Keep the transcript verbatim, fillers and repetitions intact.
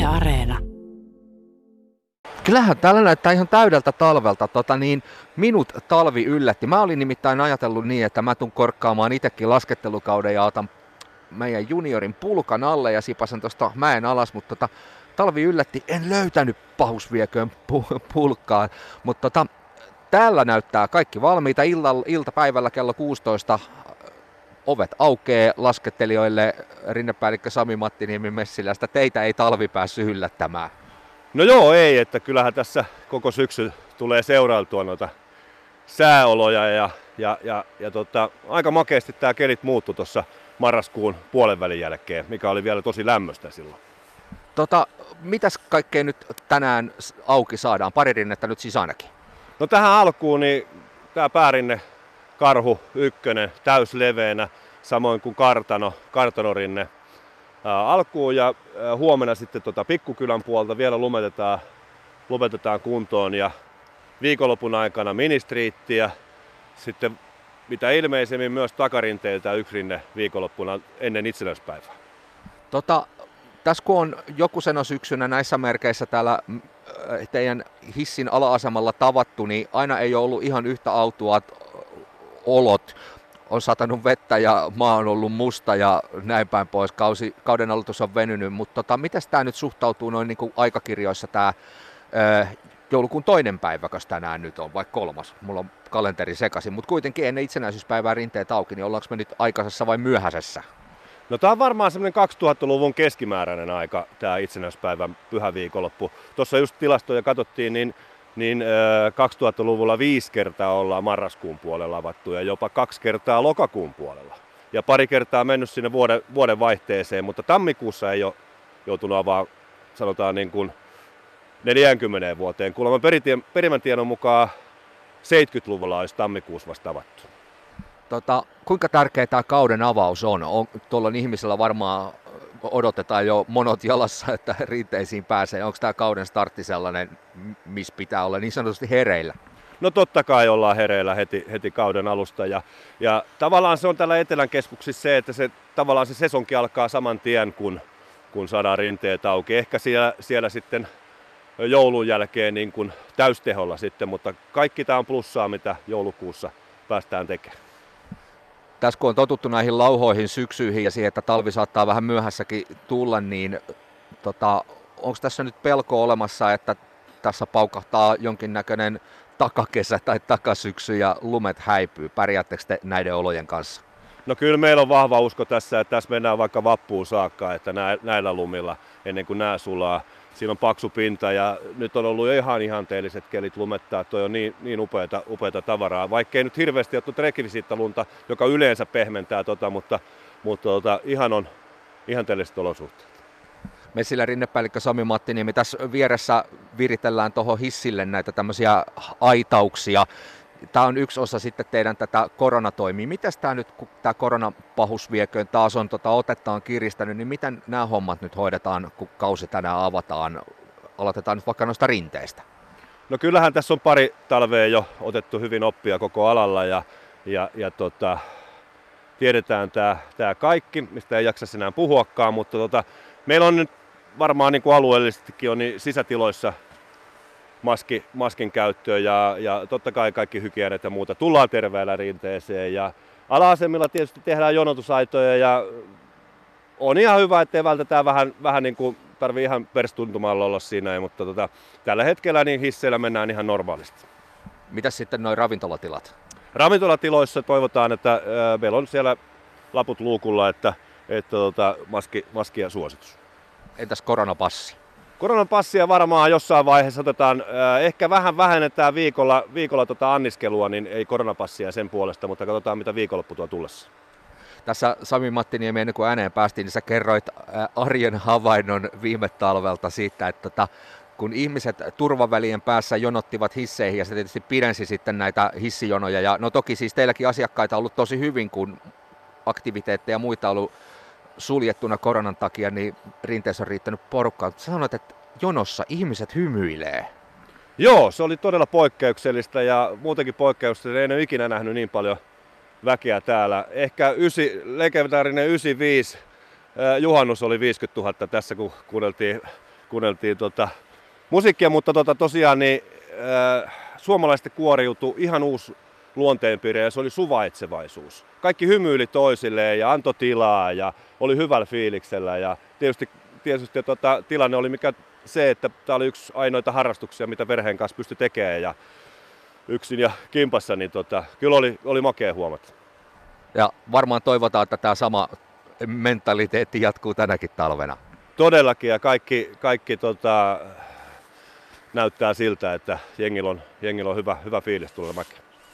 Yle Areena. Kyllähän täällä näyttää ihan täydeltä talvelta. Tota niin, minut talvi yllätti. Mä olin nimittäin ajatellut niin, että mä tuun korkkaamaan itsekin laskettelukauden ja otan meidän juniorin pulkan alle ja sipasen tuosta mäen alas, mutta tota, talvi yllätti. En löytänyt pahusvieköön pu- pulkkaa, mutta tota, täällä näyttää kaikki valmiita. Illalla, iltapäivällä kello kuusitoista ovet aukeaa laskettelijoille. Rinnepäällikkö Sami Mattiniemi Messilästä. Teitä ei talvi päässyt yllättämään. No joo, ei, että kyllähän tässä koko syksy tulee seurailtua noita sääoloja ja, ja, ja, ja tota, aika makeasti tämä kelit muuttui tuossa marraskuun puolen välin jälkeen, mikä oli vielä tosi lämmöstä silloin. Tota, mitäs kaikkea nyt tänään auki saadaan? Pari rinnettä nyt siis ainakin. No tähän alkuun niin tämä päärinne Karhu ykkönen täysleveänä, samoin kuin kartano, kartanorinne ää, alkuun ja ää, huomenna sitten tota Pikkukylän puolta vielä lumetetaan, lumetetaan kuntoon ja viikonlopun aikana ministriitti ja sitten mitä ilmeisemmin myös takarinteiltä yksi rinne viikonloppuna ennen itsenäispäivää. Tota, tässä kun on jokusena syksynä näissä merkeissä täällä teidän hissin ala-asemalla tavattu, niin aina ei ole ollut ihan yhtä autuaat olot. On satanut vettä ja maa on ollut musta ja näin päin pois. Kausi, kauden aloitus on venynyt, mutta tota, miten tämä nyt suhtautuu noin niin kuin aikakirjoissa tämä ö, joulukuun toinen päivä, koska tänään nyt on, vai kolmas? Mulla on kalenteri sekaisin, mutta kuitenkin ennen itsenäisyyspäivää rinteet auki, niin ollaanko me nyt aikaisessa vai myöhäisessä? No tämä on varmaan semmoinen kaksituhattaluvun keskimääräinen aika, tämä itsenäispäivän pyhäviikonloppu. Tuossa just tilastoja katsottiin, niin, niin äh, kaksituhattaluvulla viisi kertaa ollaan marraskuun puolella avattu ja jopa kaksi kertaa lokakuun puolella. Ja pari kertaa mennyt sinne vuoden, vuoden vaihteeseen, mutta tammikuussa ei ole joutunut avaa, sanotaan niin kuin neljäänkymmeneen vuoteen. Kuulemma perimän tiedon mukaan seitsemänkymmentäluvulla olisi tammikuussa vasta avattu. Tota, kuinka tärkeä tämä kauden avaus on? on tuolla ihmisellä varmaan odotetaan jo monot jalassa, että rinteisiin pääsee. Onko tämä kauden startti sellainen, missä pitää olla niin sanotusti hereillä? No totta kai ollaan hereillä heti, heti kauden alusta. Ja, ja tavallaan se on täällä Etelän keskuksissa se, että se, tavallaan se sesonki alkaa saman tien, kun, kun saadaan rinteet auki. Ehkä siellä, siellä sitten joulun jälkeen niin kuin täysteholla sitten, mutta kaikki tämä on plussaa, mitä joulukuussa päästään tekemään. Tässä kun on totuttu näihin lauhoihin syksyihin ja siihen, että talvi saattaa vähän myöhässäkin tulla, niin tota, onko tässä nyt pelko olemassa, että tässä paukahtaa jonkinnäköinen takakesä tai takasyksy ja lumet häipyy? Pärjäättekö te näiden olojen kanssa? No kyllä meillä on vahva usko tässä, että tässä mennään vaikka vappuun saakka, että näillä lumilla ennen kuin nämä sulaa. Siinä on paksu pinta ja nyt on ollut ihan ihanteelliset kelit lumettaa. Toi on niin, niin upeata, upeata tavaraa. Vaikkei nyt hirveästi ole rekvisiittalunta, joka yleensä pehmentää tota, mutta, mutta tota, ihan on ihanteelliset olosuhteet. Messilän rinnepäällikkö Sami Mattiniemi, tässä vieressä viritellään tuohon hissille näitä tämmöisiä aitauksia. Tämä on yksi osa sitten teidän tätä koronatoimia. Mitäs tämä nyt, kun tämä koronapahusvieköön taas on tota, otetta on kiristänyt, niin miten nämä hommat nyt hoidetaan, kun kausi tänään avataan? Aloitetaan nyt vaikka noista rinteistä. No kyllähän tässä on pari talvea jo otettu hyvin oppia koko alalla ja, ja, ja tota, tiedetään tämä, tämä kaikki, mistä ei jaksa enää puhuakaan, mutta tota, meillä on nyt varmaan niin kuin alueellisestikin on niin sisätiloissa Maski, maskin käyttöön ja, ja totta kai kaikki hygienit ja muuta. Tullaan terveellä rinteeseen ja ala-asemilla tietysti tehdään jonotusaitoja ja on ihan hyvä, ettei vältetään vähän, vähän niin kuin tarvii ihan perstuntumalla olla siinä, mutta tota, tällä hetkellä niin hisseillä mennään ihan normaalisti. Mitäs sitten nuo ravintolatilat? Ravintolatiloissa toivotaan, että ää, meillä on siellä laput luukulla, että, että tota, maski, maski ja suositus. Entäs koronapassi? Koronapassia varmaan jossain vaiheessa otetaan, äh, ehkä vähän vähennetään viikolla, viikolla tota anniskelua, niin ei koronapassia sen puolesta, mutta katsotaan mitä viikonloppu tuo tullessa. Tässä Sami Mattiniemi, ennen kuin ääneen päästiin, niin sä kerroit äh, arjen havainnon viime talvelta siitä, että tota, kun ihmiset turvavälien päässä jonottivat hisseihin ja se tietysti pidensi sitten näitä hissijonoja. Ja no toki siis teilläkin asiakkaita on ollut tosi hyvin, kun aktiviteetteja ja muita on ollut suljettuna koronan takia, niin rinteessä on riittänyt porukkaa. Sä sanoit, että jonossa ihmiset hymyilee. Joo, se oli todella poikkeuksellista ja muutenkin poikkeuksellista. En ole ikinä nähnyt niin paljon väkeä täällä. Ehkä ysi, legendaarinen yhdeksänkymmentäviisi juhannus oli viisikymmentätuhatta tässä, kun kuunneltiin kuunneltiin tota musiikkia, mutta tota tosiaan niin, äh, suomalaiset kuoriutui ihan uusi luonteenpiirre ja se oli suvaitsevaisuus. Kaikki hymyili toisilleen ja antoi tilaa ja oli hyvällä fiiliksellä ja tietysti, tietysti tota, tilanne oli mikä se, että tämä oli yksi ainoita harrastuksia, mitä perheen kanssa pystyi tekemään ja yksin ja kimpassa, niin tota, kyllä oli, oli makea huomata. Ja varmaan toivotaan, että tämä sama mentaliteetti jatkuu tänäkin talvena. Todellakin ja kaikki, kaikki tota, näyttää siltä, että jengillä on, jengillä on hyvä, hyvä fiilis tulla mäkeen.